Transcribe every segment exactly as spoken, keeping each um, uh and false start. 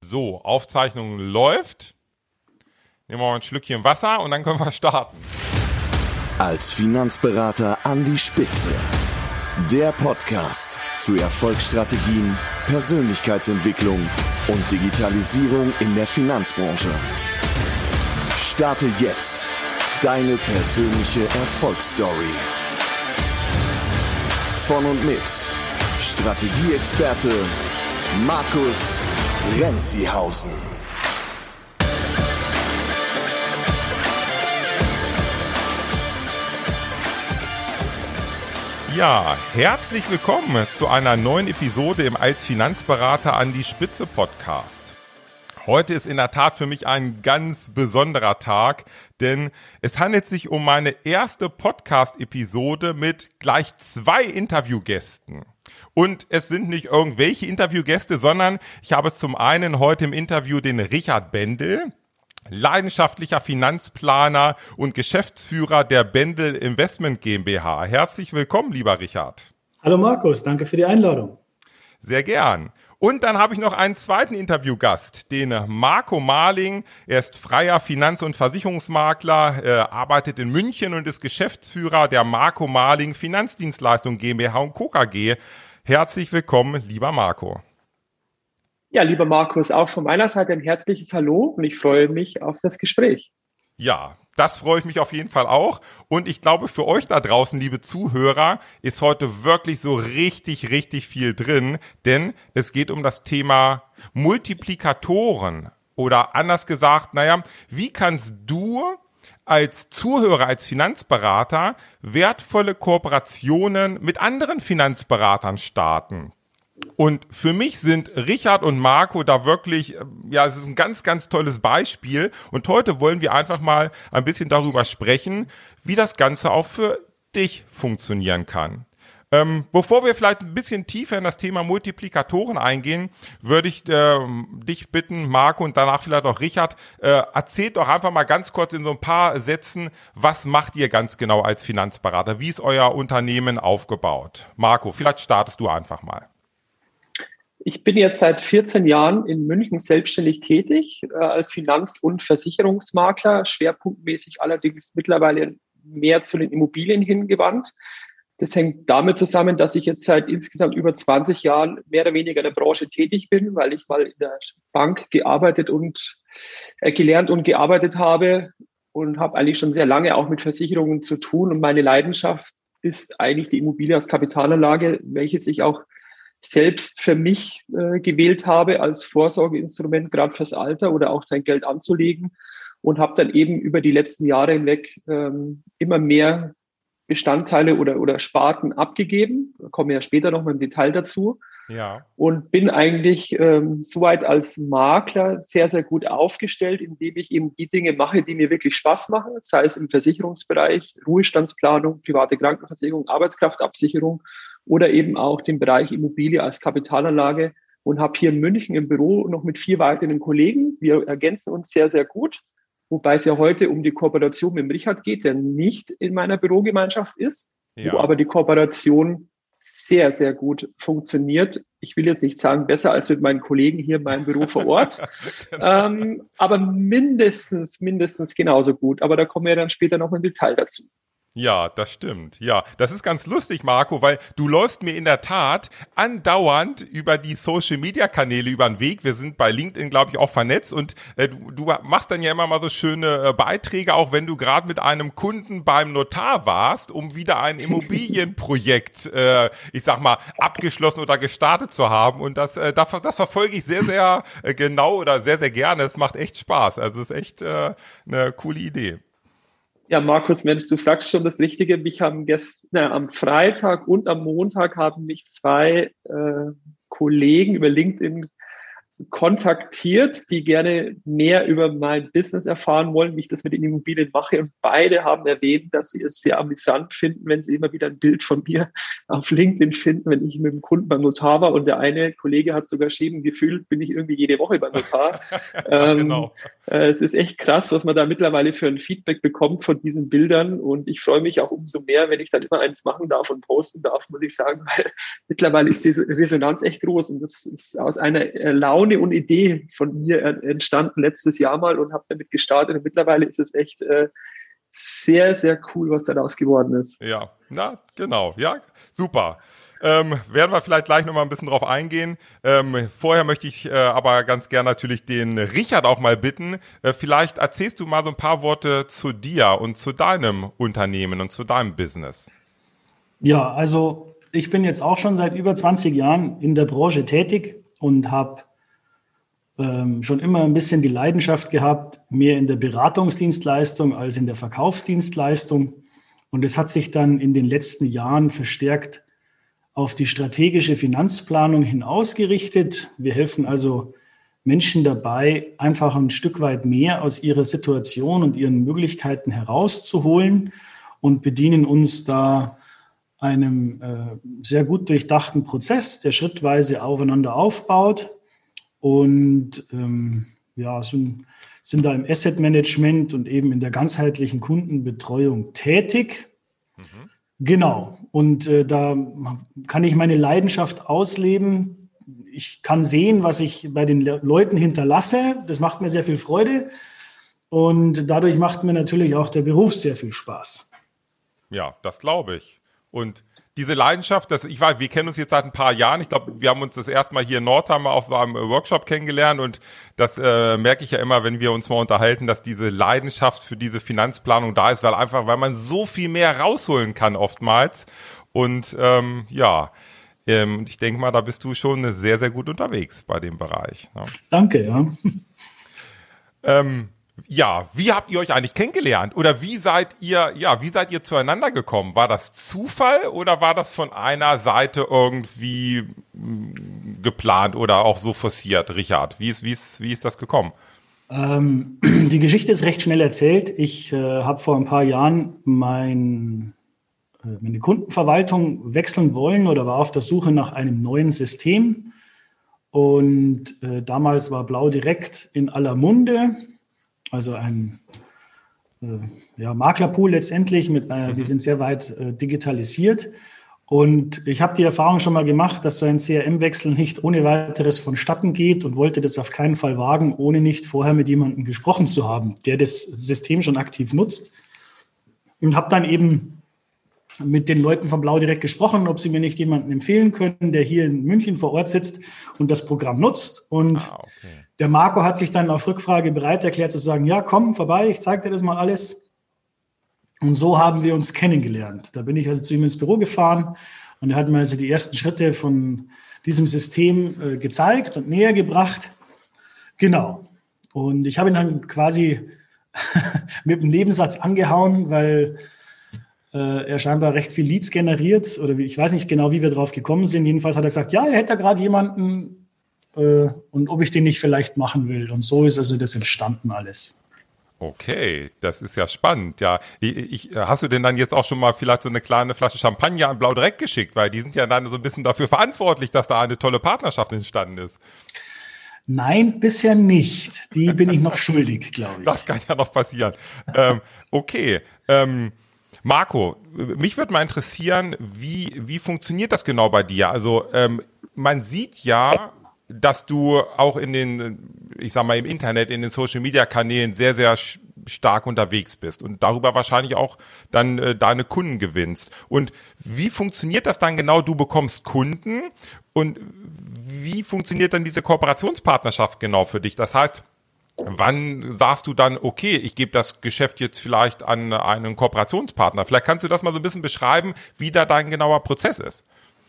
So, Aufzeichnung läuft. Nehmen wir mal ein Schlückchen Wasser und dann können wir starten. Als Finanzberater an die Spitze. Der Podcast für Erfolgsstrategien, Persönlichkeitsentwicklung und Digitalisierung in der Finanzbranche. Starte jetzt deine persönliche Erfolgsstory. Von und mit Strategieexperte Markus Renzihausen. Ja, herzlich willkommen zu einer neuen Episode im Als Finanzberater an die Spitze Podcast. Heute ist in der Tat für mich ein ganz besonderer Tag, denn es handelt sich um meine erste Podcast-Episode mit gleich zwei Interviewgästen. Und es sind nicht irgendwelche Interviewgäste, sondern ich habe zum einen heute im Interview den Richard Bendel, leidenschaftlicher Finanzplaner und Geschäftsführer der Bendel Investment GmbH. Herzlich willkommen, lieber Richard. Hallo Markus, danke für die Einladung. Sehr gern. Und dann habe ich noch einen zweiten Interviewgast, den Marco Marling. Er ist freier Finanz- und Versicherungsmakler, er arbeitet in München und ist Geschäftsführer der Marco Marling Finanzdienstleistung GmbH und Co. K G. Herzlich willkommen, lieber Marco. Ja, lieber Markus, auch von meiner Seite ein herzliches Hallo und ich freue mich auf das Gespräch. Ja, das freue ich mich auf jeden Fall auch. Und ich glaube, für euch da draußen, liebe Zuhörer, ist heute wirklich so richtig, richtig viel drin. Denn es geht um das Thema Multiplikatoren. Oder anders gesagt, naja, wie kannst du als Zuhörer, als Finanzberater wertvolle Kooperationen mit anderen Finanzberatern starten? Und für mich sind Richard und Marco da wirklich, ja, es ist ein ganz, ganz tolles Beispiel. Und heute wollen wir einfach mal ein bisschen darüber sprechen, wie das Ganze auch für dich funktionieren kann. Ähm, bevor wir vielleicht ein bisschen tiefer in das Thema Multiplikatoren eingehen, würde ich äh, dich bitten, Marco, und danach vielleicht auch Richard, äh, erzählt doch einfach mal ganz kurz in so ein paar Sätzen, was macht ihr ganz genau als Finanzberater? Wie ist euer Unternehmen aufgebaut? Marco, vielleicht startest du einfach mal. Ich bin jetzt seit vierzehn Jahren in München selbstständig tätig äh, als Finanz- und Versicherungsmakler, schwerpunktmäßig allerdings mittlerweile mehr zu den Immobilien hingewandt. Das hängt damit zusammen, dass ich jetzt seit insgesamt über zwanzig Jahren mehr oder weniger in der Branche tätig bin, weil ich mal in der Bank gearbeitet und äh, gelernt und gearbeitet habe und habe eigentlich schon sehr lange auch mit Versicherungen zu tun. Und meine Leidenschaft ist eigentlich die Immobilie als Kapitalanlage, welches ich auch selbst für mich äh, gewählt habe als Vorsorgeinstrument, gerade fürs Alter oder auch sein Geld anzulegen, und habe dann eben über die letzten Jahre hinweg ähm, immer mehr Bestandteile oder, oder Sparten abgegeben. Da kommen wir ja später noch mal im Detail dazu. Ja. Und bin eigentlich ähm, soweit als Makler sehr, sehr gut aufgestellt, indem ich eben die Dinge mache, die mir wirklich Spaß machen, sei es im Versicherungsbereich, Ruhestandsplanung, private Krankenversicherung, Arbeitskraftabsicherung oder eben auch den Bereich Immobilie als Kapitalanlage, und habe hier in München im Büro noch mit vier weiteren Kollegen. Wir ergänzen uns sehr, sehr gut, wobei es ja heute um die Kooperation mit dem Richard geht, der nicht in meiner Bürogemeinschaft ist, ja, wo aber die Kooperation sehr, sehr gut funktioniert. Ich will jetzt nicht sagen, besser als mit meinen Kollegen hier in meinem Büro vor Ort, genau. ähm, aber mindestens, mindestens genauso gut. Aber da kommen wir dann später noch im Detail dazu. Ja, das stimmt. Ja, das ist ganz lustig, Marco, weil du läufst mir in der Tat andauernd über die Social-Media-Kanäle über den Weg. Wir sind bei LinkedIn, glaube ich, auch vernetzt, und äh, du, du machst dann ja immer mal so schöne äh, Beiträge, auch wenn du gerade mit einem Kunden beim Notar warst, um wieder ein Immobilienprojekt, äh, ich sag mal, abgeschlossen oder gestartet zu haben. Und das, äh, das, das verfolge ich sehr, sehr äh, genau oder sehr, sehr gerne. Es macht echt Spaß. Also es ist echt äh, eine coole Idee. Ja, Markus, Mensch, du sagst schon das Richtige. Mich haben gestern, am Freitag und am Montag haben mich zwei äh, Kollegen über LinkedIn kontaktiert, die gerne mehr über mein Business erfahren wollen, wie ich das mit den Immobilien mache. Und beide haben erwähnt, dass sie es sehr amüsant finden, wenn sie immer wieder ein Bild von mir auf LinkedIn finden, wenn ich mit dem Kunden beim Notar war. Und der eine Kollege hat sogar geschrieben, gefühlt bin ich irgendwie jede Woche beim Notar. ähm, genau. äh, es ist echt krass, was man da mittlerweile für ein Feedback bekommt von diesen Bildern. Und ich freue mich auch umso mehr, wenn ich dann immer eins machen darf und posten darf, muss ich sagen, weil mittlerweile ist die Resonanz echt groß. Und das ist aus einer Laune Laune und Idee von mir entstanden letztes Jahr mal und habe damit gestartet. Und mittlerweile ist es echt äh, sehr, sehr cool, was daraus geworden ist. Ja, na, genau. Ja, super. Ähm, werden wir vielleicht gleich nochmal ein bisschen drauf eingehen. Ähm, vorher möchte ich äh, aber ganz gern natürlich den Richard auch mal bitten. Äh, vielleicht erzählst du mal so ein paar Worte zu dir und zu deinem Unternehmen und zu deinem Business. Ja, also ich bin jetzt auch schon seit über zwanzig Jahren in der Branche tätig und habe ähm, schon immer ein bisschen die Leidenschaft gehabt, mehr in der Beratungsdienstleistung als in der Verkaufsdienstleistung. Und es hat sich dann in den letzten Jahren verstärkt auf die strategische Finanzplanung hin ausgerichtet. Wir helfen also Menschen dabei, einfach ein Stück weit mehr aus ihrer Situation und ihren Möglichkeiten herauszuholen und bedienen uns da einem äh, sehr gut durchdachten Prozess, der schrittweise aufeinander aufbaut und ähm, ja, sind, sind da im Asset Management und eben in der ganzheitlichen Kundenbetreuung tätig. Mhm. Genau. Und äh, da kann ich meine Leidenschaft ausleben. Ich kann sehen, was ich bei den Le- Leuten hinterlasse. Das macht mir sehr viel Freude. Und dadurch macht mir natürlich auch der Beruf sehr viel Spaß. Ja, das glaube ich. Und diese Leidenschaft, das, ich weiß, wir kennen uns jetzt seit ein paar Jahren. Ich glaube, wir haben uns das erste Mal hier in Nordheim auf so einem Workshop kennengelernt und das äh, merke ich ja immer, wenn wir uns mal unterhalten, dass diese Leidenschaft für diese Finanzplanung da ist, weil einfach, weil man so viel mehr rausholen kann oftmals. Und ähm, ja, ähm, ich denke mal, da bist du schon sehr, sehr gut unterwegs bei dem Bereich. Ja. Danke, ja. ähm, Ja, wie habt ihr euch eigentlich kennengelernt? Oder wie seid ihr, ja, wie seid ihr zueinander gekommen? War das Zufall oder war das von einer Seite irgendwie mh, geplant oder auch so forciert, Richard? Wie ist, wie ist, wie ist das gekommen? Ähm, die Geschichte ist recht schnell erzählt. Ich äh, habe vor ein paar Jahren mein, äh, meine Kundenverwaltung wechseln wollen oder war auf der Suche nach einem neuen System. Und äh, damals war Blau direkt in aller Munde. Also ein äh, ja, Maklerpool letztendlich, mit, äh, die sind sehr weit äh, digitalisiert. Und ich habe die Erfahrung schon mal gemacht, dass so ein C R M-Wechsel nicht ohne weiteres vonstatten geht und wollte das auf keinen Fall wagen, ohne nicht vorher mit jemandem gesprochen zu haben, der das System schon aktiv nutzt. Und habe dann eben mit den Leuten von Blau direkt gesprochen, ob sie mir nicht jemanden empfehlen können, der hier in München vor Ort sitzt und das Programm nutzt. Und Ah, okay. Der Marco hat sich dann auf Rückfrage bereit erklärt zu sagen, ja, komm vorbei, ich zeige dir das mal alles. Und so haben wir uns kennengelernt. Da bin ich also zu ihm ins Büro gefahren und er hat mir also die ersten Schritte von diesem System äh, gezeigt und näher gebracht. Genau. Und ich habe ihn dann quasi mit einem Nebensatz angehauen, weil äh, er scheinbar recht viel Leads generiert oder wie, ich weiß nicht genau, wie wir drauf gekommen sind. Jedenfalls hat er gesagt, ja, er hätte da gerade jemanden und ob ich den nicht vielleicht machen will. Und so ist also das entstanden alles. Okay, das ist ja spannend. Ja, ich, ich, hast du denn dann jetzt auch schon mal vielleicht so eine kleine Flasche Champagner an Blau direkt geschickt? Weil die sind ja dann so ein bisschen dafür verantwortlich, dass da eine tolle Partnerschaft entstanden ist. Nein, bisher nicht. Die bin ich noch schuldig, glaube ich. Das kann ja noch passieren. ähm, okay, ähm, Marco, mich würde mal interessieren, wie, wie funktioniert das genau bei dir? Also ähm, man sieht ja, dass du auch in den, ich sag mal im Internet, in den Social-Media-Kanälen sehr, sehr sch- stark unterwegs bist und darüber wahrscheinlich auch dann äh, deine Kunden gewinnst. Und wie funktioniert das dann genau? Du bekommst Kunden und wie funktioniert dann diese Kooperationspartnerschaft genau für dich? Das heißt, wann sagst du dann, okay, ich gebe das Geschäft jetzt vielleicht an einen Kooperationspartner? Vielleicht kannst du das mal so ein bisschen beschreiben, wie da dein genauer Prozess ist.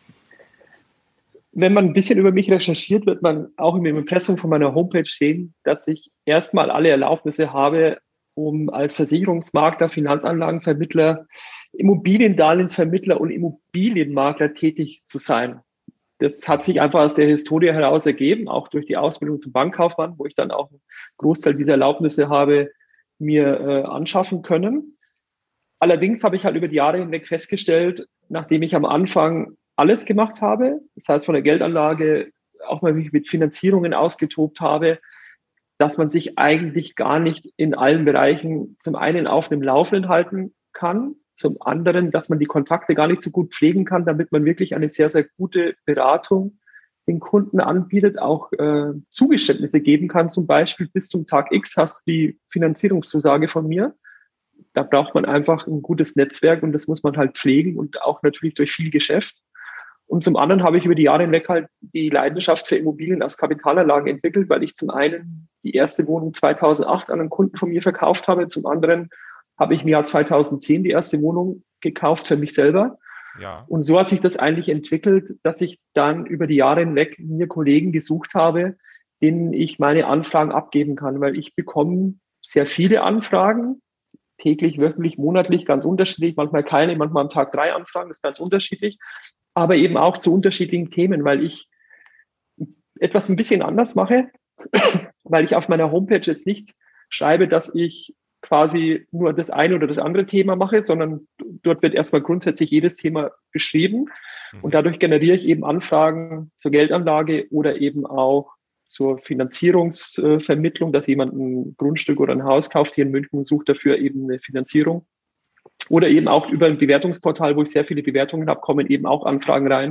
Wenn man ein bisschen über mich recherchiert, wird man auch im Impressum von meiner Homepage sehen, dass ich erstmal alle Erlaubnisse habe, um als Versicherungsmakler, Finanzanlagenvermittler, Immobiliendarlehensvermittler und Immobilienmakler tätig zu sein. Das hat sich einfach aus der Historie heraus ergeben, auch durch die Ausbildung zum Bankkaufmann, wo ich dann auch einen Großteil dieser Erlaubnisse habe mir äh, anschaffen können. Allerdings habe ich halt über die Jahre hinweg festgestellt, nachdem ich am Anfang alles gemacht habe, das heißt von der Geldanlage auch mal mich mit Finanzierungen ausgetobt habe, dass man sich eigentlich gar nicht in allen Bereichen zum einen auf dem Laufenden halten kann, zum anderen, dass man die Kontakte gar nicht so gut pflegen kann, damit man wirklich eine sehr, sehr gute Beratung den Kunden anbietet, auch äh, Zugeständnisse geben kann. Zum Beispiel bis zum Tag X hast du die Finanzierungszusage von mir. Da braucht man einfach ein gutes Netzwerk und das muss man halt pflegen und auch natürlich durch viel Geschäft. Und zum anderen habe ich über die Jahre hinweg halt die Leidenschaft für Immobilien als Kapitalanlage entwickelt, weil ich zum einen die erste Wohnung zweitausendacht an einen Kunden von mir verkauft habe. Zum anderen habe ich im Jahr zweitausendzehn die erste Wohnung gekauft für mich selber. Ja. Und so hat sich das eigentlich entwickelt, dass ich dann über die Jahre hinweg mir Kollegen gesucht habe, denen ich meine Anfragen abgeben kann, weil ich bekomme sehr viele Anfragen, täglich, wöchentlich, monatlich, ganz unterschiedlich, manchmal keine, manchmal am Tag drei Anfragen, das ist ganz unterschiedlich, aber eben auch zu unterschiedlichen Themen, weil ich etwas ein bisschen anders mache, weil ich auf meiner Homepage jetzt nicht schreibe, dass ich quasi nur das eine oder das andere Thema mache, sondern dort wird erstmal grundsätzlich jedes Thema beschrieben und dadurch generiere ich eben Anfragen zur Geldanlage oder eben auch zur Finanzierungsvermittlung, dass jemand ein Grundstück oder ein Haus kauft hier in München und sucht dafür eben eine Finanzierung. Oder eben auch über ein Bewertungsportal, wo ich sehr viele Bewertungen habe, kommen eben auch Anfragen rein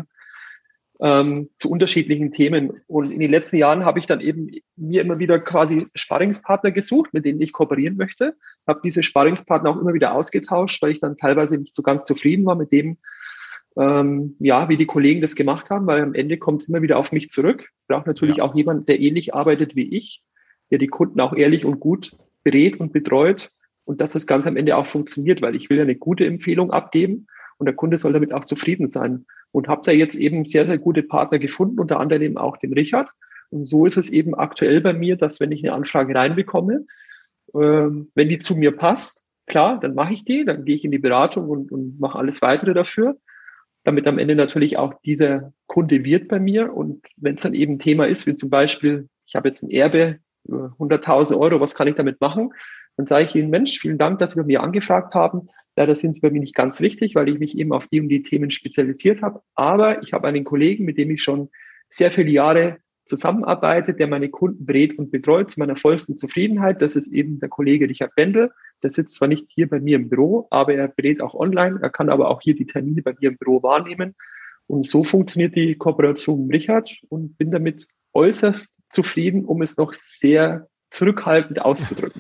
ähm, zu unterschiedlichen Themen. Und in den letzten Jahren habe ich dann eben mir immer wieder quasi Sparringspartner gesucht, mit denen ich kooperieren möchte. Habe diese Sparringspartner auch immer wieder ausgetauscht, weil ich dann teilweise nicht so ganz zufrieden war mit dem, ähm, ja, wie die Kollegen das gemacht haben, weil am Ende kommt es immer wieder auf mich zurück. Ich brauche natürlich ja. auch jemanden, der ähnlich arbeitet wie ich, der die Kunden auch ehrlich und gut berät und betreut und dass das Ganze am Ende auch funktioniert, weil ich will ja eine gute Empfehlung abgeben und der Kunde soll damit auch zufrieden sein. Und habe da jetzt eben sehr, sehr gute Partner gefunden, unter anderem eben auch den Richard. Und so ist es eben aktuell bei mir, dass wenn ich eine Anfrage reinbekomme, ähm, wenn die zu mir passt, klar, dann mache ich die, dann gehe ich in die Beratung und, und mache alles weitere dafür, damit am Ende natürlich auch dieser Kunde wird bei mir. Und wenn es dann eben ein Thema ist, wie zum Beispiel, ich habe jetzt ein Erbe, hunderttausend Euro, was kann ich damit machen? Dann sage ich Ihnen, Mensch, vielen Dank, dass Sie bei mir angefragt haben. Leider sind Sie bei mir nicht ganz richtig, weil ich mich eben auf die und die Themen spezialisiert habe. Aber ich habe einen Kollegen, mit dem ich schon sehr viele Jahre zusammenarbeite, der meine Kunden berät und betreut zu meiner vollsten Zufriedenheit. Das ist eben der Kollege Richard Bendel. Der sitzt zwar nicht hier bei mir im Büro, aber er berät auch online. Er kann aber auch hier die Termine bei mir im Büro wahrnehmen. Und so funktioniert die Kooperation mit Richard und bin damit äußerst zufrieden, um es noch sehr zurückhaltend auszudrücken.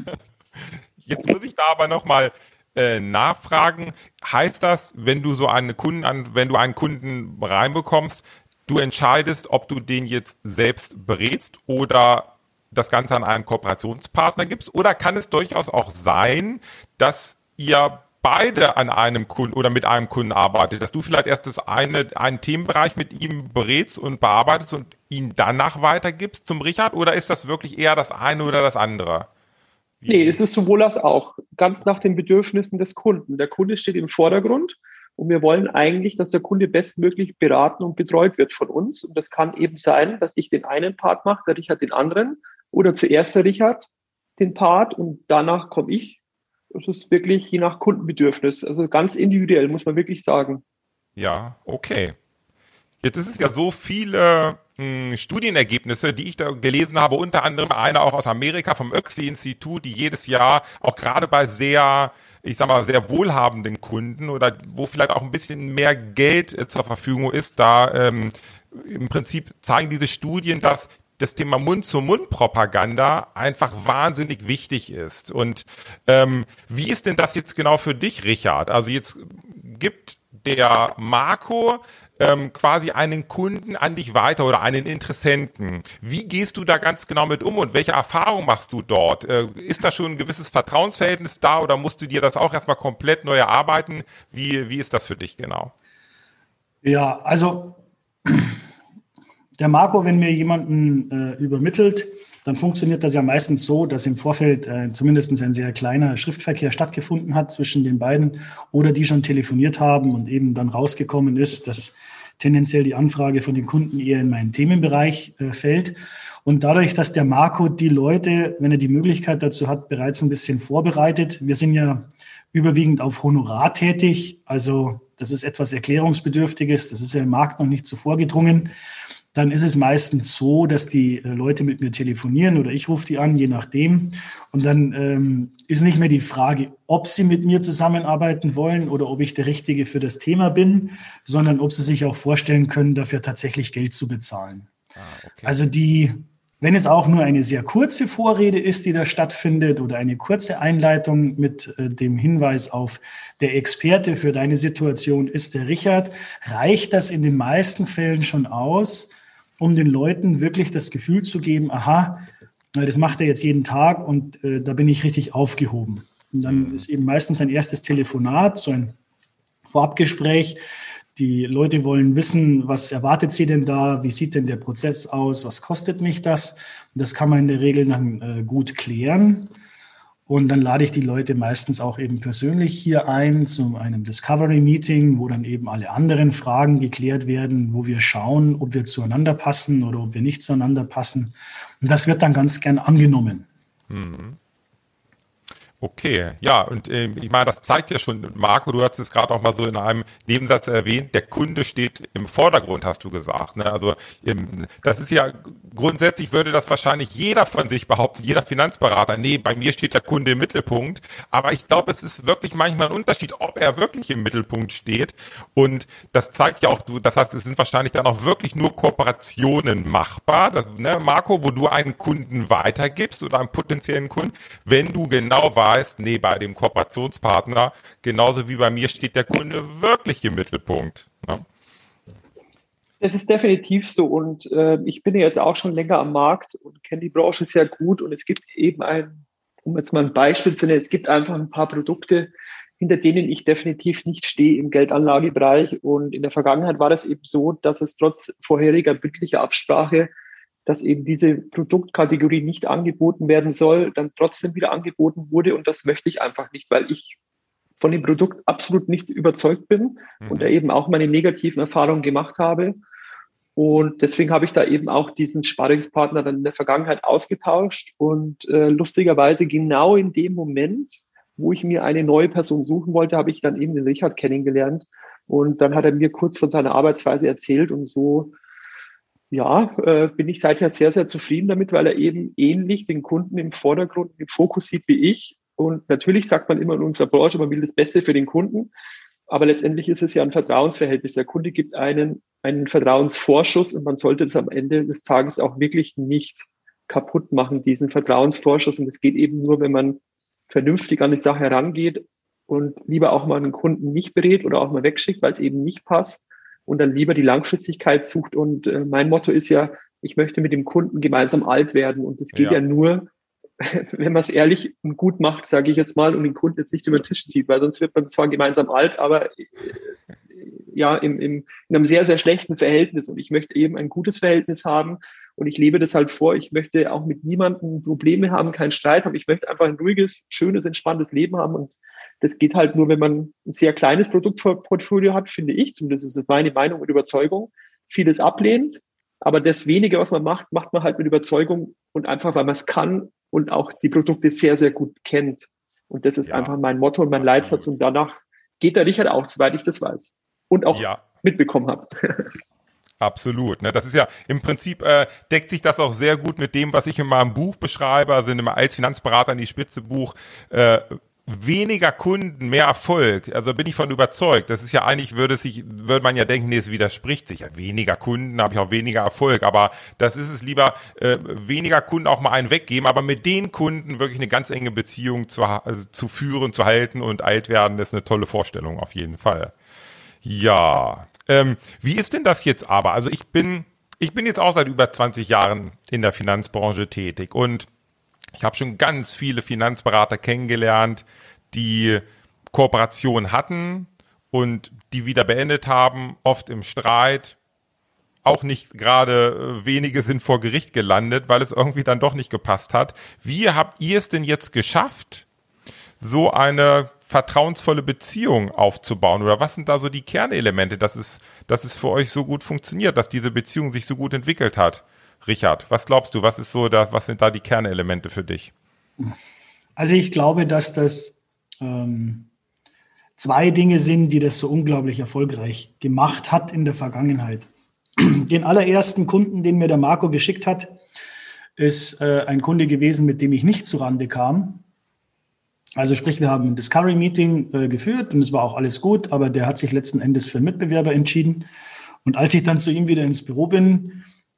Jetzt muss ich da aber nochmal äh, nachfragen. Heißt das, wenn du so einen Kunden, an, wenn du einen Kunden reinbekommst, du entscheidest, ob du den jetzt selbst berätst oder das Ganze an einen Kooperationspartner gibst? Oder kann es durchaus auch sein, dass ihr beide an einem Kunden oder mit einem Kunden arbeitet, dass du vielleicht erst das eine, einen Themenbereich mit ihm berätst und bearbeitest und ihn danach weitergibst zum Richard? Oder ist das wirklich eher das eine oder das andere? Wie? Nee, es ist sowohl als auch, ganz nach den Bedürfnissen des Kunden. Der Kunde steht im Vordergrund und wir wollen eigentlich, dass der Kunde bestmöglich beraten und betreut wird von uns. Und das kann eben sein, dass ich den einen Part mache, der Richard den anderen, oder zuerst der Richard den Part und danach komme ich. Das ist wirklich je nach Kundenbedürfnis, also ganz individuell, muss man wirklich sagen. Ja, okay. Jetzt ist es ja so viele mh, Studienergebnisse, die ich da gelesen habe, unter anderem eine auch aus Amerika vom Oechsle-Institut, die jedes Jahr auch gerade bei sehr, ich sag mal, sehr wohlhabenden Kunden oder wo vielleicht auch ein bisschen mehr Geld äh, zur Verfügung ist, da ähm, im Prinzip zeigen diese Studien, dass das Thema Mund-zu-Mund-Propaganda einfach wahnsinnig wichtig ist. Und ähm, wie ist denn das jetzt genau für dich, Richard? Also jetzt gibt der Marco ähm, quasi einen Kunden an dich weiter oder einen Interessenten. Wie gehst du da ganz genau mit um und welche Erfahrung machst du dort? Äh, ist da schon ein gewisses Vertrauensverhältnis da oder musst du dir das auch erstmal komplett neu erarbeiten? Wie, wie ist das für dich genau? Ja, also der Marco, wenn mir jemanden äh, übermittelt, dann funktioniert das ja meistens so, dass im Vorfeld äh, zumindest ein sehr kleiner Schriftverkehr stattgefunden hat zwischen den beiden oder die schon telefoniert haben und eben dann rausgekommen ist, dass tendenziell die Anfrage von den Kunden eher in meinen Themenbereich äh, fällt. Und dadurch, dass der Marco die Leute, wenn er die Möglichkeit dazu hat, bereits ein bisschen vorbereitet, wir sind ja überwiegend auf Honorar tätig, also das ist etwas Erklärungsbedürftiges, das ist ja im Markt noch nicht so vorgedrungen. Dann ist es meistens so, dass die Leute mit mir telefonieren oder ich rufe die an, je nachdem. Und dann ähm, ist nicht mehr die Frage, ob sie mit mir zusammenarbeiten wollen oder ob ich der Richtige für das Thema bin, sondern ob sie sich auch vorstellen können, dafür tatsächlich Geld zu bezahlen. Ah, okay. Also die, wenn es auch nur eine sehr kurze Vorrede ist, die da stattfindet oder eine kurze Einleitung mit äh, dem Hinweis auf der Experte für deine Situation ist der Richard, reicht das in den meisten Fällen schon aus, um den Leuten wirklich das Gefühl zu geben, aha, das macht er jetzt jeden Tag und äh, da bin ich richtig aufgehoben. Und dann ist eben meistens ein erstes Telefonat, so ein Vorabgespräch. Die Leute wollen wissen, was erwartet sie denn da, wie sieht denn der Prozess aus, was kostet mich das? Und das kann man in der Regel dann äh, gut klären. Und dann lade ich die Leute meistens auch eben persönlich hier ein zu einem Discovery-Meeting, wo dann eben alle anderen Fragen geklärt werden, wo wir schauen, ob wir zueinander passen oder ob wir nicht zueinander passen. Und das wird dann ganz gern angenommen. Mhm. Okay, ja, und äh, ich meine, das zeigt ja schon, Marco, du hast es gerade auch mal so in einem Nebensatz erwähnt, der Kunde steht im Vordergrund, hast du gesagt. Ne? Also ähm, das ist ja, grundsätzlich würde das wahrscheinlich jeder von sich behaupten, jeder Finanzberater, nee, bei mir steht der Kunde im Mittelpunkt, aber ich glaube, es ist wirklich manchmal ein Unterschied, ob er wirklich im Mittelpunkt steht, und das zeigt ja auch, du, das heißt, es sind wahrscheinlich dann auch wirklich nur Kooperationen machbar, das, ne, Marco, wo du einen Kunden weitergibst oder einen potenziellen Kunden, wenn du genau weißt, heißt, nee, bei dem Kooperationspartner, genauso wie bei mir, steht der Kunde wirklich im Mittelpunkt. Ne? Das ist definitiv so, und äh, ich bin ja jetzt auch schon länger am Markt und kenne die Branche sehr gut, und es gibt eben ein, um jetzt mal ein Beispiel zu nennen, es gibt einfach ein paar Produkte, hinter denen ich definitiv nicht stehe im Geldanlagebereich, und in der Vergangenheit war das eben so, dass es trotz vorheriger mündlicher Absprache, dass eben diese Produktkategorie nicht angeboten werden soll, dann trotzdem wieder angeboten wurde. Und das möchte ich einfach nicht, weil ich von dem Produkt absolut nicht überzeugt bin mhm. und da eben auch meine negativen Erfahrungen gemacht habe. Und deswegen habe ich da eben auch diesen Sparringspartner dann in der Vergangenheit ausgetauscht. Und äh, lustigerweise genau in dem Moment, wo ich mir eine neue Person suchen wollte, habe ich dann eben den Richard kennengelernt. Und dann hat er mir kurz von seiner Arbeitsweise erzählt, und so Ja, äh, bin ich seither sehr, sehr zufrieden damit, weil er eben ähnlich den Kunden im Vordergrund, im Fokus sieht wie ich. Und natürlich sagt man immer in unserer Branche, man will das Beste für den Kunden. Aber letztendlich ist es ja ein Vertrauensverhältnis. Der Kunde gibt einen, einen Vertrauensvorschuss, und man sollte das am Ende des Tages auch wirklich nicht kaputt machen, diesen Vertrauensvorschuss. Und das geht eben nur, wenn man vernünftig an die Sache herangeht und lieber auch mal einen Kunden nicht berät oder auch mal wegschickt, weil es eben nicht passt, und dann lieber die Langfristigkeit sucht. Und äh, mein Motto ist ja, ich möchte mit dem Kunden gemeinsam alt werden. Und das geht ja, ja nur, wenn man es ehrlich und gut macht, sage ich jetzt mal, und den Kunden jetzt nicht über den Tisch zieht, weil sonst wird man zwar gemeinsam alt, aber äh, ja im, im, in einem sehr, sehr schlechten Verhältnis. Und ich möchte eben ein gutes Verhältnis haben, und ich lebe das halt vor. Ich möchte auch mit niemandem Probleme haben, keinen Streit haben. Ich möchte einfach ein ruhiges, schönes, entspanntes Leben haben, und das geht halt nur, wenn man ein sehr kleines Produktportfolio hat, finde ich. Zumindest ist es meine Meinung und Überzeugung. Vieles ablehnt, aber das wenige, was man macht, macht man halt mit Überzeugung und einfach, weil man es kann und auch die Produkte sehr, sehr gut kennt. Und das ist ja einfach mein Motto und mein Leitsatz. Und danach geht der Richard auch, soweit ich das weiß. Und auch ja. mitbekommen habe. Absolut. Ne? Das ist ja im Prinzip, äh, deckt sich das auch sehr gut mit dem, was ich in meinem Buch beschreibe, also in dem als Finanzberater in die Spitze Buch, äh, weniger Kunden, mehr Erfolg. Also bin ich von überzeugt. Das ist ja eigentlich, würde sich, würde man ja denken, nee, es widerspricht sich. Ja, weniger Kunden, habe ich auch weniger Erfolg. Aber das ist es lieber, äh, weniger Kunden auch mal einen weggeben, aber mit den Kunden wirklich eine ganz enge Beziehung zu, also zu führen, zu halten und alt werden, das ist eine tolle Vorstellung auf jeden Fall. Ja, ähm, wie ist denn das jetzt aber? Also ich bin, ich bin jetzt auch seit über zwanzig Jahren in der Finanzbranche tätig, und ich habe schon ganz viele Finanzberater kennengelernt, die Kooperation hatten und die wieder beendet haben, oft im Streit. Auch nicht gerade wenige sind vor Gericht gelandet, weil es irgendwie dann doch nicht gepasst hat. Wie habt ihr es denn jetzt geschafft, so eine vertrauensvolle Beziehung aufzubauen? Oder was sind da so die Kernelemente, dass es, dass es für euch so gut funktioniert, dass diese Beziehung sich so gut entwickelt hat? Richard, was glaubst du, was ist so da, was sind da die Kernelemente für dich? Also ich glaube, dass das ähm, zwei Dinge sind, die das so unglaublich erfolgreich gemacht hat in der Vergangenheit. Den allerersten Kunden, den mir der Marco geschickt hat, ist äh, ein Kunde gewesen, mit dem ich nicht zurande kam. Also sprich, wir haben ein Discovery-Meeting äh, geführt und es war auch alles gut, aber der hat sich letzten Endes für einen Mitbewerber entschieden. Und als ich dann zu ihm wieder ins Büro bin,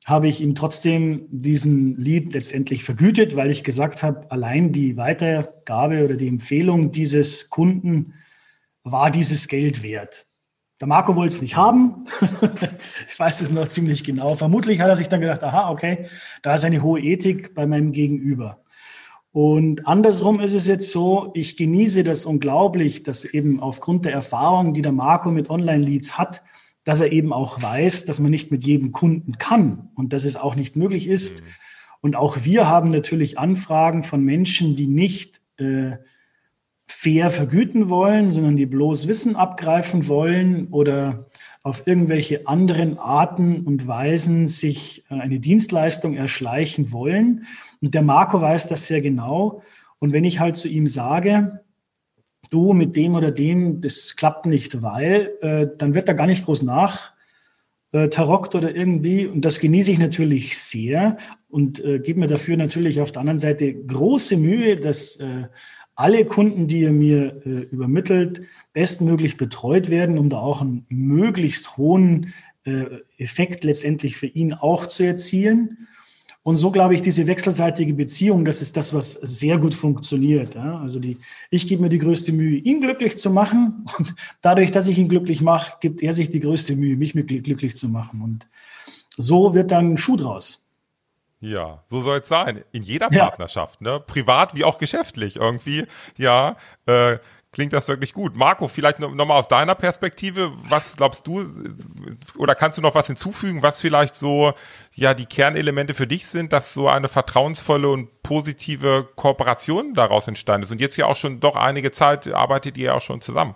habe ich ihm trotzdem diesen Lead letztendlich vergütet, weil ich gesagt habe, allein die Weitergabe oder die Empfehlung dieses Kunden war dieses Geld wert. Der Marco wollte es nicht haben. Ich weiß es noch ziemlich genau. Vermutlich hat er sich dann gedacht, aha, okay, da ist eine hohe Ethik bei meinem Gegenüber. Und andersrum ist es jetzt so, ich genieße das unglaublich, dass eben aufgrund der Erfahrung, die der Marco mit Online-Leads hat, dass er eben auch weiß, dass man nicht mit jedem Kunden kann und dass es auch nicht möglich ist. Und auch wir haben natürlich Anfragen von Menschen, die nicht äh, fair vergüten wollen, sondern die bloß Wissen abgreifen wollen oder auf irgendwelche anderen Arten und Weisen sich äh, eine Dienstleistung erschleichen wollen. Und der Marco weiß das sehr genau. Und wenn ich halt zu ihm sage, du mit dem oder dem, das klappt nicht, weil, äh, dann wird da gar nicht groß nach äh, tarockt oder irgendwie. Und das genieße ich natürlich sehr und äh, gebe mir dafür natürlich auf der anderen Seite große Mühe, dass äh, alle Kunden, die er mir äh, übermittelt, bestmöglich betreut werden, um da auch einen möglichst hohen äh, Effekt letztendlich für ihn auch zu erzielen. Und so glaube ich, diese wechselseitige Beziehung, das ist das, was sehr gut funktioniert. Ja? Also die, ich gebe mir die größte Mühe, ihn glücklich zu machen. Und dadurch, dass ich ihn glücklich mache, gibt er sich die größte Mühe, mich glücklich zu machen. Und so wird dann ein Schuh draus. Ja, so soll es sein. In jeder Partnerschaft, ja. Ne? Privat wie auch geschäftlich irgendwie. Ja, äh, klingt das wirklich gut. Marco, vielleicht noch, noch mal aus deiner Perspektive, was glaubst du, oder kannst du noch was hinzufügen, was vielleicht so ja die Kernelemente für dich sind, dass so eine vertrauensvolle und positive Kooperation daraus entstanden ist? Und jetzt ja auch schon doch einige Zeit arbeitet ihr ja auch schon zusammen.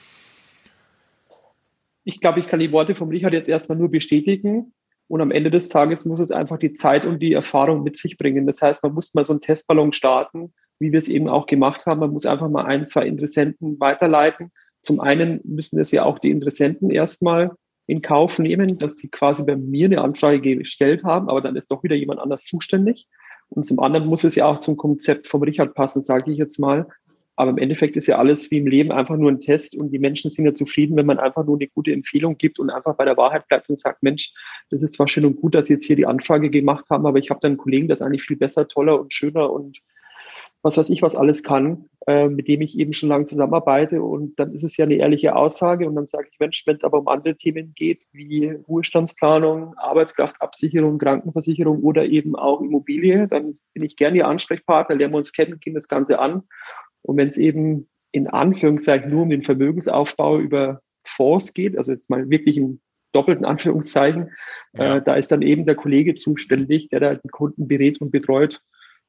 Ich glaube, ich kann die Worte von Richard jetzt erstmal nur bestätigen. Und am Ende des Tages muss es einfach die Zeit und die Erfahrung mit sich bringen. Das heißt, man muss mal so einen Testballon starten, wie wir es eben auch gemacht haben. Man muss einfach mal ein, zwei Interessenten weiterleiten. Zum einen müssen es ja auch die Interessenten erstmal in Kauf nehmen, dass die quasi bei mir eine Anfrage gestellt haben, aber dann ist doch wieder jemand anders zuständig. Und zum anderen muss es ja auch zum Konzept vom Richard passen, sage ich jetzt mal. Aber im Endeffekt ist ja alles wie im Leben einfach nur ein Test und die Menschen sind ja zufrieden, wenn man einfach nur eine gute Empfehlung gibt und einfach bei der Wahrheit bleibt und sagt, Mensch, das ist zwar schön und gut, dass Sie jetzt hier die Anfrage gemacht haben, aber ich habe da einen Kollegen, der ist eigentlich viel besser, toller und schöner und was weiß ich, was alles kann, äh, mit dem ich eben schon lange zusammenarbeite und dann ist es ja eine ehrliche Aussage und dann sage ich, Mensch, wenn es aber um andere Themen geht, wie Ruhestandsplanung, Arbeitskraftabsicherung, Krankenversicherung oder eben auch Immobilie, dann bin ich gerne Ihr Ansprechpartner, lernen wir uns kennen, gehen das Ganze an. Und wenn es eben in Anführungszeichen nur um den Vermögensaufbau über Fonds geht, also jetzt mal wirklich im doppelten Anführungszeichen, ja. äh, da ist dann eben der Kollege zuständig, der da die Kunden berät und betreut.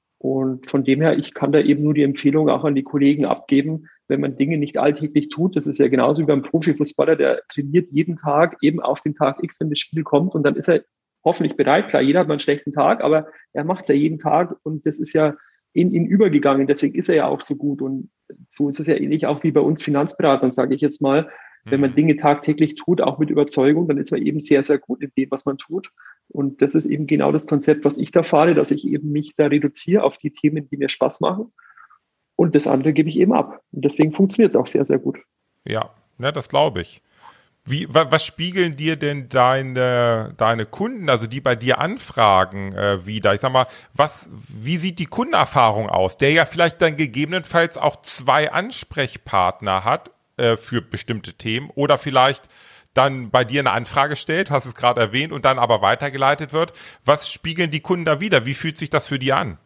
Und von dem her, ich kann da eben nur die Empfehlung auch an die Kollegen abgeben, wenn man Dinge nicht alltäglich tut. Das ist ja genauso wie beim Profifußballer, der trainiert jeden Tag eben auf den Tag X, wenn das Spiel kommt und dann ist er hoffentlich bereit. Klar, jeder hat mal einen schlechten Tag, aber er macht es ja jeden Tag und das ist ja in ihn übergegangen. Deswegen ist er ja auch so gut. Und so ist es ja ähnlich auch wie bei uns Finanzberatern, sage ich jetzt mal. Wenn man Dinge tagtäglich tut, auch mit Überzeugung, dann ist man eben sehr, sehr gut in dem, was man tut. Und das ist eben genau das Konzept, was ich da fahre, dass ich eben mich da reduziere auf die Themen, die mir Spaß machen. Und das andere gebe ich eben ab. Und deswegen funktioniert es auch sehr, sehr gut. Ja, ne, das glaube ich. Wie, was spiegeln dir denn deine, deine Kunden, also die bei dir anfragen, äh, wieder? Ich sag mal, was, wie sieht die Kundenerfahrung aus, der ja vielleicht dann gegebenenfalls auch zwei Ansprechpartner hat äh, für bestimmte Themen oder vielleicht dann bei dir eine Anfrage stellt, hast es gerade erwähnt, und dann aber weitergeleitet wird. Was spiegeln die Kunden da wieder? Wie fühlt sich das für die an?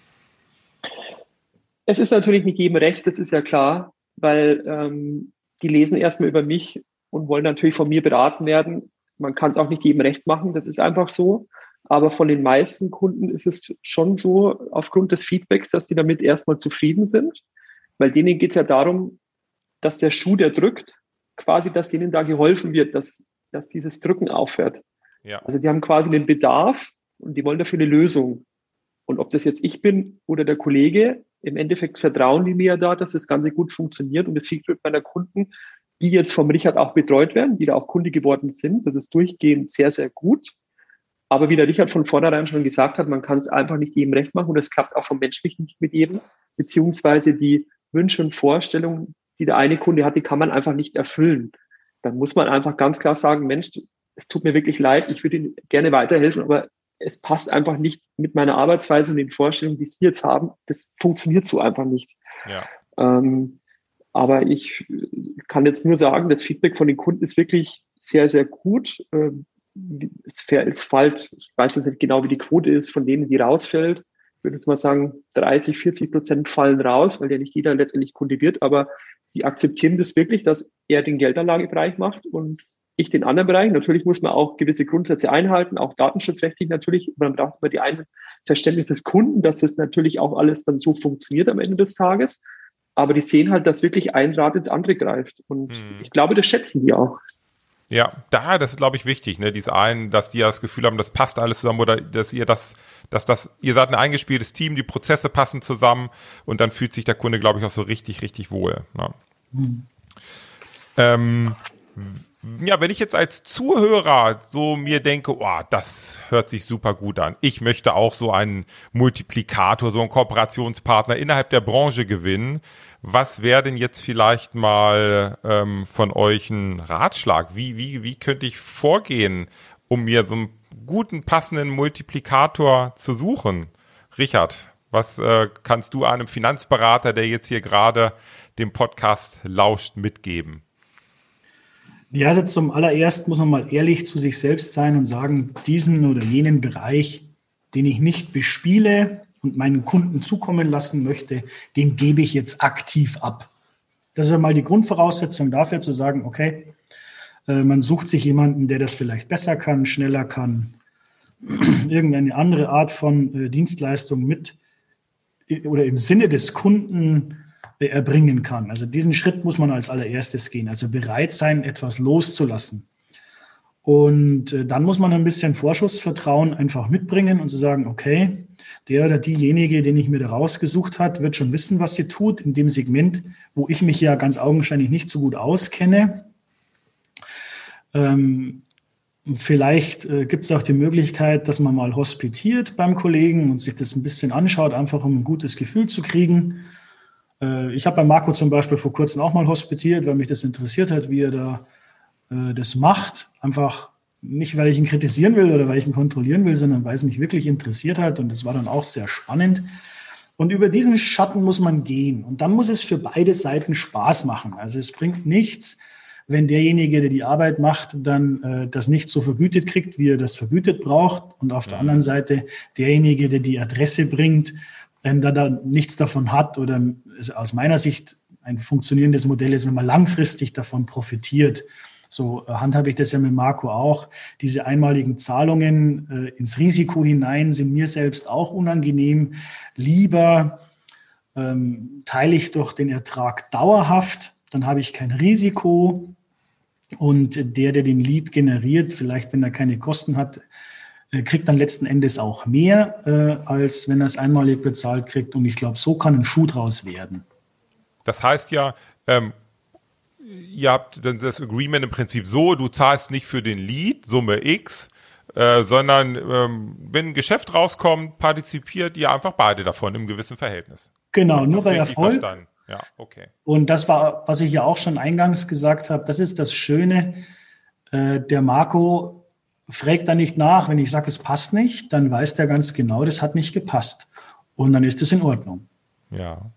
Es ist natürlich nicht jedem recht, das ist ja klar, weil ähm, die lesen erstmal über mich und wollen natürlich von mir beraten werden. Man kann es auch nicht jedem recht machen, das ist einfach so. Aber von den meisten Kunden ist es schon so, aufgrund des Feedbacks, dass die damit erstmal zufrieden sind. Weil denen geht es ja darum, dass der Schuh, der drückt, quasi, dass denen da geholfen wird, dass, dass dieses Drücken aufhört. Ja. Also die haben quasi den Bedarf und die wollen dafür eine Lösung. Und ob das jetzt ich bin oder der Kollege, im Endeffekt vertrauen die mir da, dass das Ganze gut funktioniert. Und das Feedback meiner Kunden, die jetzt vom Richard auch betreut werden, die da auch Kunde geworden sind, das ist durchgehend sehr, sehr gut. Aber wie der Richard von vornherein schon gesagt hat, man kann es einfach nicht jedem recht machen und es klappt auch vom Menschlichen nicht mit jedem, beziehungsweise die Wünsche und Vorstellungen, die der eine Kunde hat, die kann man einfach nicht erfüllen. Dann muss man einfach ganz klar sagen, Mensch, es tut mir wirklich leid, ich würde Ihnen gerne weiterhelfen, aber es passt einfach nicht mit meiner Arbeitsweise und den Vorstellungen, die Sie jetzt haben. Das funktioniert so einfach nicht. Ja. Ähm, aber ich kann jetzt nur sagen, das Feedback von den Kunden ist wirklich sehr, sehr gut. Ähm, es fällt, ich weiß jetzt nicht genau, wie die Quote ist, von denen, die rausfällt. Ich würde jetzt mal sagen, dreißig, vierzig Prozent fallen raus, weil ja nicht jeder letztendlich Kunde wird, aber die akzeptieren das wirklich, dass er den Geldanlagebereich macht und ich den anderen Bereich. Natürlich muss man auch gewisse Grundsätze einhalten, auch datenschutzrechtlich natürlich. Man braucht immer die ein Verständnis des Kunden, dass das natürlich auch alles dann so funktioniert am Ende des Tages. Aber die sehen halt, dass wirklich ein Rad ins andere greift. Und hm. ich glaube, das schätzen die auch. Ja, da, das ist, glaube ich, wichtig, ne, dies einen, dass die ja das Gefühl haben, das passt alles zusammen oder dass ihr das, dass das, ihr seid ein eingespieltes Team, die Prozesse passen zusammen und dann fühlt sich der Kunde, glaube ich, auch so richtig, richtig wohl. Ne? Hm. Ähm, ja, wenn ich jetzt als Zuhörer so mir denke, oh, das hört sich super gut an. Ich möchte auch so einen Multiplikator, so einen Kooperationspartner innerhalb der Branche gewinnen. Was wäre denn jetzt vielleicht mal ähm, von euch ein Ratschlag? Wie, wie, wie könnte ich vorgehen, um mir so einen guten, passenden Multiplikator zu suchen? Richard, was äh, kannst du einem Finanzberater, der jetzt hier gerade dem Podcast lauscht, mitgeben? Ja, also zum allererst muss man mal ehrlich zu sich selbst sein und sagen, diesen oder jenen Bereich, den ich nicht bespiele und meinen Kunden zukommen lassen möchte, den gebe ich jetzt aktiv ab. Das ist einmal die Grundvoraussetzung dafür zu sagen, okay, äh, man sucht sich jemanden, der das vielleicht besser kann, schneller kann, irgendeine andere Art von äh, Dienstleistung mit oder im Sinne des Kunden erbringen kann. Also diesen Schritt muss man als allererstes gehen, also bereit sein, etwas loszulassen. Und äh, dann muss man ein bisschen Vorschussvertrauen einfach mitbringen und zu sagen, okay, der oder diejenige, den ich mir da rausgesucht habe, wird schon wissen, was sie tut, in dem Segment, wo ich mich ja ganz augenscheinlich nicht so gut auskenne. Ähm, vielleicht äh, gibt es auch die Möglichkeit, dass man mal hospitiert beim Kollegen und sich das ein bisschen anschaut, einfach um ein gutes Gefühl zu kriegen. Ich habe bei Marco zum Beispiel vor kurzem auch mal hospitiert, weil mich das interessiert hat, wie er da äh, das macht. Einfach nicht, weil ich ihn kritisieren will oder weil ich ihn kontrollieren will, sondern weil es mich wirklich interessiert hat. Und das war dann auch sehr spannend. Und über diesen Schatten muss man gehen. Und dann muss es für beide Seiten Spaß machen. Also es bringt nichts, wenn derjenige, der die Arbeit macht, dann äh, das nicht so vergütet kriegt, wie er das vergütet braucht. Und auf der anderen Seite derjenige, der die Adresse bringt, wenn da, da nichts davon hat oder es aus meiner Sicht ein funktionierendes Modell ist, wenn man langfristig davon profitiert. So handhabe ich das ja mit Marco auch. Diese einmaligen Zahlungen äh, ins Risiko hinein sind mir selbst auch unangenehm. Lieber ähm, teile ich doch den Ertrag dauerhaft, dann habe ich kein Risiko und der, der den Lead generiert, vielleicht wenn er keine Kosten hat, kriegt dann letzten Endes auch mehr, äh, als wenn er es einmalig bezahlt kriegt. Und ich glaube, so kann ein Schuh draus werden. Das heißt ja, ähm, ihr habt das Agreement im Prinzip so, du zahlst nicht für den Lead, Summe X, äh, sondern ähm, wenn ein Geschäft rauskommt, partizipiert ihr einfach beide davon im gewissen Verhältnis. Genau, nur bei Erfolg. Verstanden. Ja, okay. Und das war, was ich ja auch schon eingangs gesagt habe, das ist das Schöne, äh, der Marco fragt da nicht nach, wenn ich sage, es passt nicht, dann weiß der ganz genau, das hat nicht gepasst. Und dann ist es in Ordnung. Ja.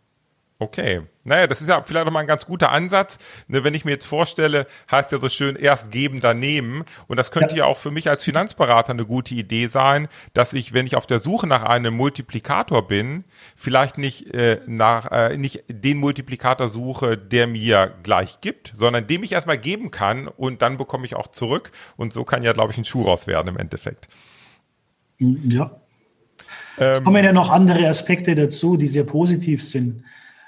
Okay. Naja, das ist ja vielleicht nochmal ein ganz guter Ansatz. Ne, wenn ich mir jetzt vorstelle, heißt ja so schön, erst geben, dann nehmen. Und das könnte ja. ja auch für mich als Finanzberater eine gute Idee sein, dass ich, wenn ich auf der Suche nach einem Multiplikator bin, vielleicht nicht äh, nach äh, nicht den Multiplikator suche, der mir gleich gibt, sondern dem ich erstmal geben kann und dann bekomme ich auch zurück. Und so kann ja, glaube ich, ein Schuh raus werden im Endeffekt. Ja. Es kommen ja noch andere Aspekte dazu, die sehr positiv sind.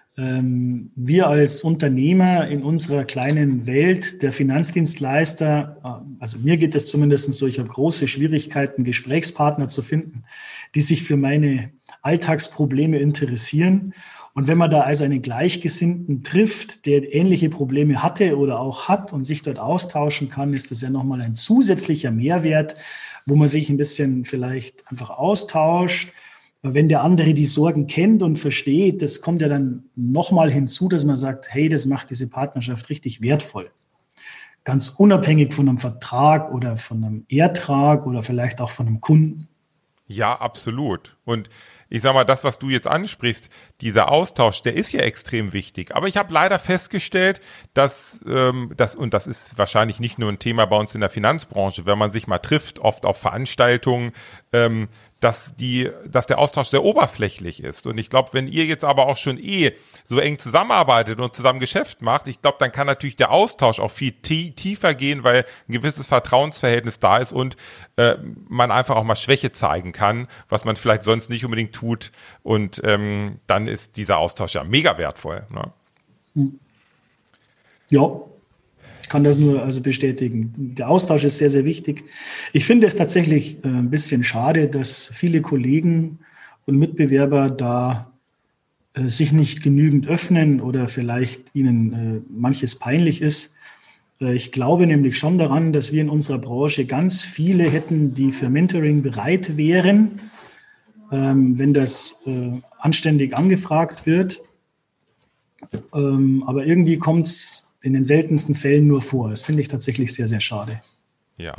Wir als Unternehmer in unserer kleinen Welt der Finanzdienstleister, also mir geht es zumindest so, ich habe große Schwierigkeiten, Gesprächspartner zu finden, die sich für meine Alltagsprobleme interessieren. Und wenn man da also einen Gleichgesinnten trifft, der ähnliche Probleme hatte oder auch hat und sich dort austauschen kann, ist das ja nochmal ein zusätzlicher Mehrwert, wo man sich ein bisschen vielleicht einfach austauscht. Wenn der andere die Sorgen kennt und versteht, das kommt ja dann nochmal hinzu, dass man sagt, hey, das macht diese Partnerschaft richtig wertvoll. ganz unabhängig von einem Vertrag oder von einem Ertrag oder vielleicht auch von einem Kunden. Ja, absolut. Und ich sag mal, das, was du jetzt ansprichst, dieser Austausch, der ist ja extrem wichtig. Aber ich habe leider festgestellt, dass ähm, das, und das ist wahrscheinlich nicht nur ein Thema bei uns in der Finanzbranche, wenn man sich mal trifft, oft auf Veranstaltungen, ähm, dass die, dass der Austausch sehr oberflächlich ist. Und ich glaube, wenn ihr jetzt aber auch schon eh so eng zusammenarbeitet und zusammen Geschäft macht, ich glaube, dann kann natürlich der Austausch auch viel tie- tiefer gehen, weil ein gewisses Vertrauensverhältnis da ist und äh, man einfach auch mal Schwäche zeigen kann, was man vielleicht sonst nicht unbedingt tut. Und ähm, dann ist dieser Austausch ja mega wertvoll. Ne? Ja. Ich kann das nur also bestätigen. Der Austausch ist sehr, sehr wichtig. Ich finde es tatsächlich äh, ein bisschen schade, dass viele Kollegen und Mitbewerber da äh, sich nicht genügend öffnen oder vielleicht ihnen äh, manches peinlich ist. Äh, ich glaube nämlich schon daran, dass wir in unserer Branche ganz viele hätten, die für Mentoring bereit wären, ähm, wenn das äh, anständig angefragt wird. Ähm, aber irgendwie kommt es in den seltensten Fällen nur vor. Das finde ich tatsächlich sehr, sehr schade. Ja.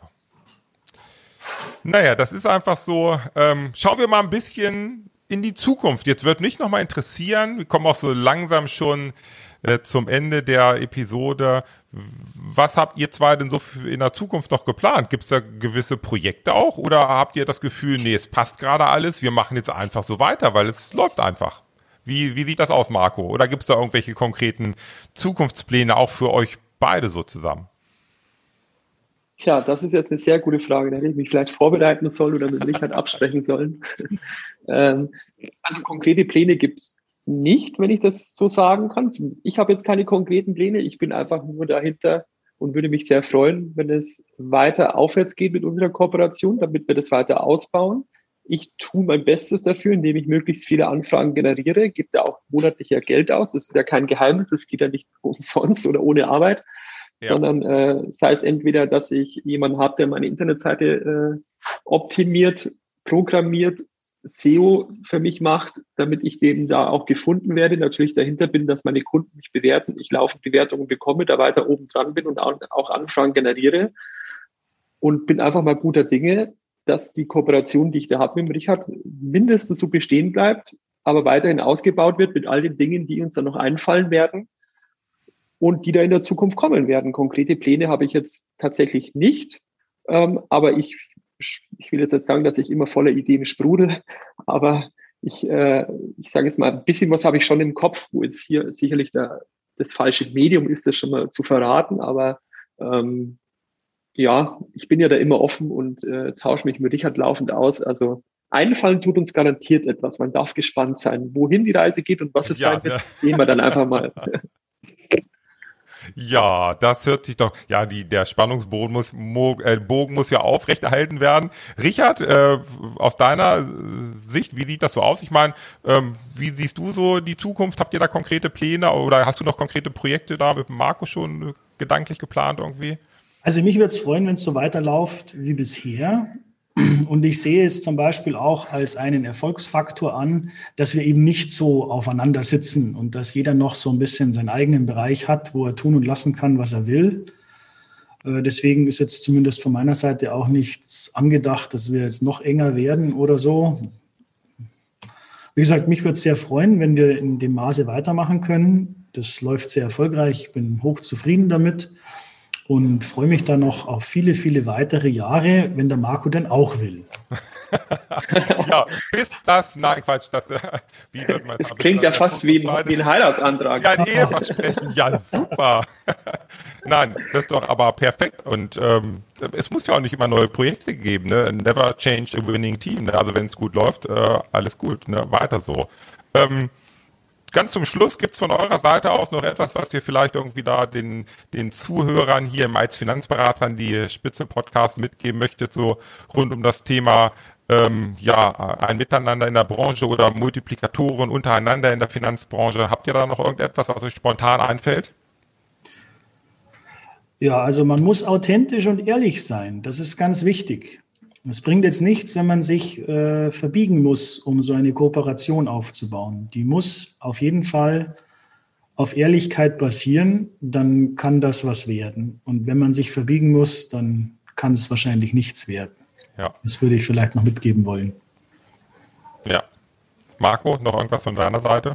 Naja, das ist einfach so. Ähm, schauen wir mal ein bisschen in die Zukunft. Jetzt wird mich nochmal interessieren, wir kommen auch so langsam schon äh, zum Ende der Episode. Was habt ihr zwei denn so für in der Zukunft noch geplant? Gibt es da gewisse Projekte auch? Oder habt ihr das Gefühl, nee, es passt gerade alles, wir machen jetzt einfach so weiter, weil es läuft einfach? Wie, wie sieht das aus, Marco? Oder gibt es da irgendwelche konkreten Zukunftspläne auch für euch beide so zusammen? Tja, das ist jetzt eine sehr gute Frage. Da hätte ich mich vielleicht vorbereiten sollen oder mit Richard absprechen sollen. ähm, also konkrete Pläne gibt es nicht, wenn ich das so sagen kann. Ich habe jetzt keine konkreten Pläne. Ich bin einfach nur dahinter und würde mich sehr freuen, wenn es weiter aufwärts geht mit unserer Kooperation, damit wir das weiter ausbauen. Ich tue mein Bestes dafür, indem ich möglichst viele Anfragen generiere, gebe da auch monatlich ja Geld aus. Das ist ja kein Geheimnis, das geht ja nicht umsonst oder ohne Arbeit, ja. sondern äh, sei es entweder, dass ich jemanden habe, der meine Internetseite äh, optimiert, programmiert, S E O für mich macht, damit ich dem da auch gefunden werde. Natürlich dahinter bin, dass meine Kunden mich bewerten, ich laufend Bewertungen bekomme, da weiter oben dran bin und auch, auch Anfragen generiere und bin einfach mal guter Dinge, dass die Kooperation, die ich da habe mit Richard, mindestens so bestehen bleibt, aber weiterhin ausgebaut wird mit all den Dingen, die uns dann noch einfallen werden und die da in der Zukunft kommen werden. Konkrete Pläne habe ich jetzt tatsächlich nicht, ähm, aber ich, ich will jetzt nicht sagen, dass ich immer voller Ideen sprudel, aber ich, äh, ich sage jetzt mal, ein bisschen was habe ich schon im Kopf, wo jetzt hier sicherlich der, das falsche Medium ist, das schon mal zu verraten, aber ähm, ja, ich bin ja da immer offen und äh, tausche mich mit Richard laufend aus. Also einfallen tut uns garantiert etwas. Man darf gespannt sein, wohin die Reise geht und was es ja, sein wird, ja. Sehen wir dann einfach mal. Ja, das hört sich doch, ja, die, der Spannungsbogen muss, mo, äh, Bogen muss ja aufrechterhalten werden. Richard, äh, aus deiner Sicht, wie sieht das so aus? Ich meine, ähm, wie siehst du so die Zukunft? Habt ihr da konkrete Pläne oder hast du noch konkrete Projekte da mit Marco schon gedanklich geplant irgendwie? Also mich würde es freuen, wenn es so weiterläuft wie bisher. Und ich sehe es zum Beispiel auch als einen Erfolgsfaktor an, dass wir eben nicht so aufeinander sitzen und dass jeder noch so ein bisschen seinen eigenen Bereich hat, wo er tun und lassen kann, was er will. Deswegen ist jetzt zumindest von meiner Seite auch nichts angedacht, dass wir jetzt noch enger werden oder so. Wie gesagt, mich würde es sehr freuen, wenn wir in dem Maße weitermachen können. Das läuft sehr erfolgreich. Ich bin hochzufrieden damit. Und freue mich dann noch auf viele, viele weitere Jahre, wenn der Marco denn auch will. Ja, bis das, nein, Quatsch, das, wie wird man das klingt ja fast wie ein, wie ein Heiratsantrag. Ja, ein Eheversprechen, ja, super. Nein, das ist doch aber perfekt und ähm, es muss ja auch nicht immer neue Projekte geben, ne? Never change a winning team, ne? Also wenn es gut läuft, äh, alles gut, ne? Weiter so. Ähm, Ganz zum Schluss gibt es von eurer Seite aus noch etwas, was ihr vielleicht irgendwie da den, den Zuhörern hier im als Finanzberatern die Spitze-Podcast mitgeben möchtet, so rund um das Thema ähm, ja, ein Miteinander in der Branche oder Multiplikatoren untereinander in der Finanzbranche. Habt ihr da noch irgendetwas, was euch spontan einfällt? Ja, also man muss authentisch und ehrlich sein. Das ist ganz wichtig. Es bringt jetzt nichts, wenn man sich äh, verbiegen muss, um so eine Kooperation aufzubauen. Die muss auf jeden Fall auf Ehrlichkeit basieren, dann kann das was werden. Und wenn man sich verbiegen muss, dann kann es wahrscheinlich nichts werden. Ja. Das würde ich vielleicht noch mitgeben wollen. Ja. Marco, noch irgendwas von deiner Seite?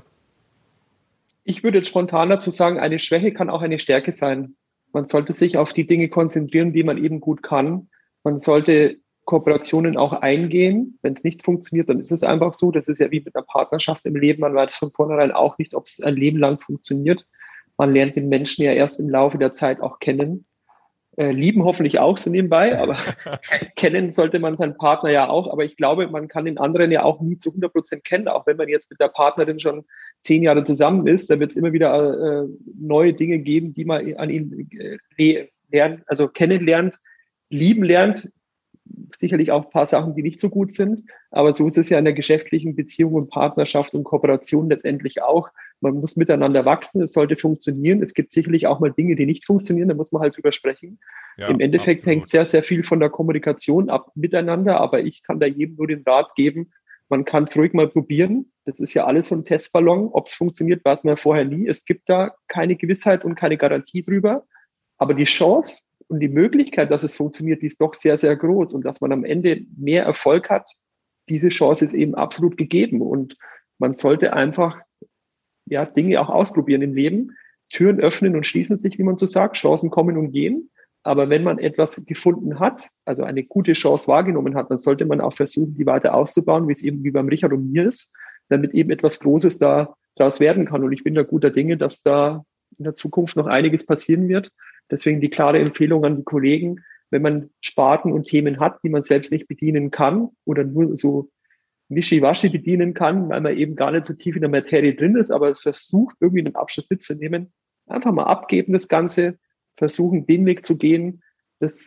Ich würde jetzt spontan dazu sagen, eine Schwäche kann auch eine Stärke sein. Man sollte sich auf die Dinge konzentrieren, die man eben gut kann. Man sollte Kooperationen auch eingehen. Wenn es nicht funktioniert, dann ist es einfach so. Das ist ja wie mit einer Partnerschaft im Leben. Man weiß von vornherein auch nicht, ob es ein Leben lang funktioniert. Man lernt den Menschen ja erst im Laufe der Zeit auch kennen. Äh, lieben hoffentlich auch so nebenbei, aber kennen sollte man seinen Partner ja auch. Aber ich glaube, man kann den anderen ja auch nie zu hundert Prozent kennen, auch wenn man jetzt mit der Partnerin schon zehn Jahre zusammen ist. Da wird es immer wieder äh, neue Dinge geben, die man an ihn äh, lernt, also kennenlernt, lieben lernt. Sicherlich auch ein paar Sachen, die nicht so gut sind. Aber so ist es ja in der geschäftlichen Beziehung und Partnerschaft und Kooperation letztendlich auch. Man muss miteinander wachsen, es sollte funktionieren. Es gibt sicherlich auch mal Dinge, die nicht funktionieren, da muss man halt drüber sprechen. Ja, im Endeffekt absolut. Hängt sehr, sehr viel von der Kommunikation ab miteinander, aber ich kann da jedem nur den Rat geben, man kann es ruhig mal probieren. Das ist ja alles so ein Testballon. Ob es funktioniert, weiß man vorher nie. Es gibt da keine Gewissheit und keine Garantie drüber. Aber die Chance und die Möglichkeit, dass es funktioniert, die ist doch sehr, sehr groß. Und dass man am Ende mehr Erfolg hat, diese Chance ist eben absolut gegeben. Und man sollte einfach ja, Dinge auch ausprobieren im Leben. Türen öffnen und schließen sich, wie man so sagt. Chancen kommen und gehen. Aber wenn man etwas gefunden hat, also eine gute Chance wahrgenommen hat, dann sollte man auch versuchen, die weiter auszubauen, wie es eben wie beim Richard und mir ist, damit eben etwas Großes da daraus werden kann. Und ich bin da guter Dinge, dass da in der Zukunft noch einiges passieren wird. Deswegen die klare Empfehlung an die Kollegen, wenn man Sparten und Themen hat, die man selbst nicht bedienen kann oder nur so wischiwaschi bedienen kann, weil man eben gar nicht so tief in der Materie drin ist, aber versucht, irgendwie einen Abschluss mitzunehmen, einfach mal abgeben das Ganze, versuchen, den Weg zu gehen. Das,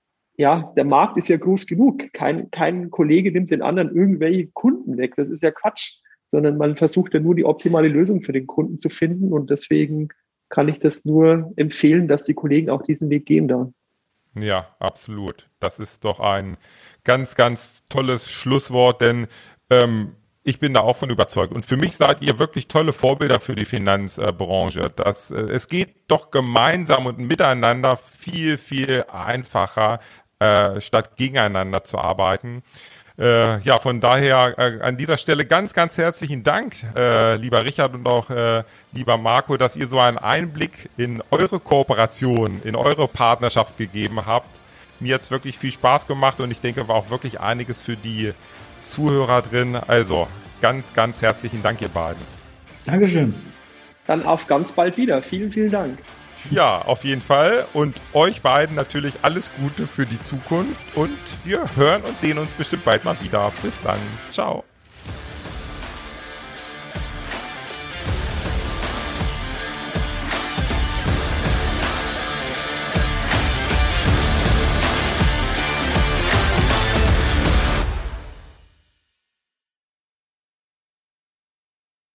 ja, der Markt ist ja groß genug. Kein, kein Kollege nimmt den anderen irgendwelche Kunden weg. Das ist ja Quatsch, sondern man versucht ja nur die optimale Lösung für den Kunden zu finden. Und deswegen kann ich das nur empfehlen, dass die Kollegen auch diesen Weg gehen da. Ja, absolut. Das ist doch ein ganz, ganz tolles Schlusswort, denn ähm, ich bin da auch von überzeugt. Und für mich seid ihr wirklich tolle Vorbilder für die Finanzbranche. Das, äh, es geht doch gemeinsam und miteinander viel, viel einfacher, äh, statt gegeneinander zu arbeiten. Äh, ja, von daher äh, an dieser Stelle ganz, ganz herzlichen Dank, äh, lieber Richard und auch äh, lieber Marco, dass ihr so einen Einblick in eure Kooperation, in eure Partnerschaft gegeben habt. Mir hat's wirklich viel Spaß gemacht und ich denke, war auch wirklich einiges für die Zuhörer drin. Also ganz, ganz herzlichen Dank, ihr beiden. Dankeschön. Dann auf ganz bald wieder. Vielen, vielen Dank. Ja, auf jeden Fall. Und euch beiden natürlich alles Gute für die Zukunft. Und wir hören und sehen uns bestimmt bald mal wieder. Bis dann. Ciao.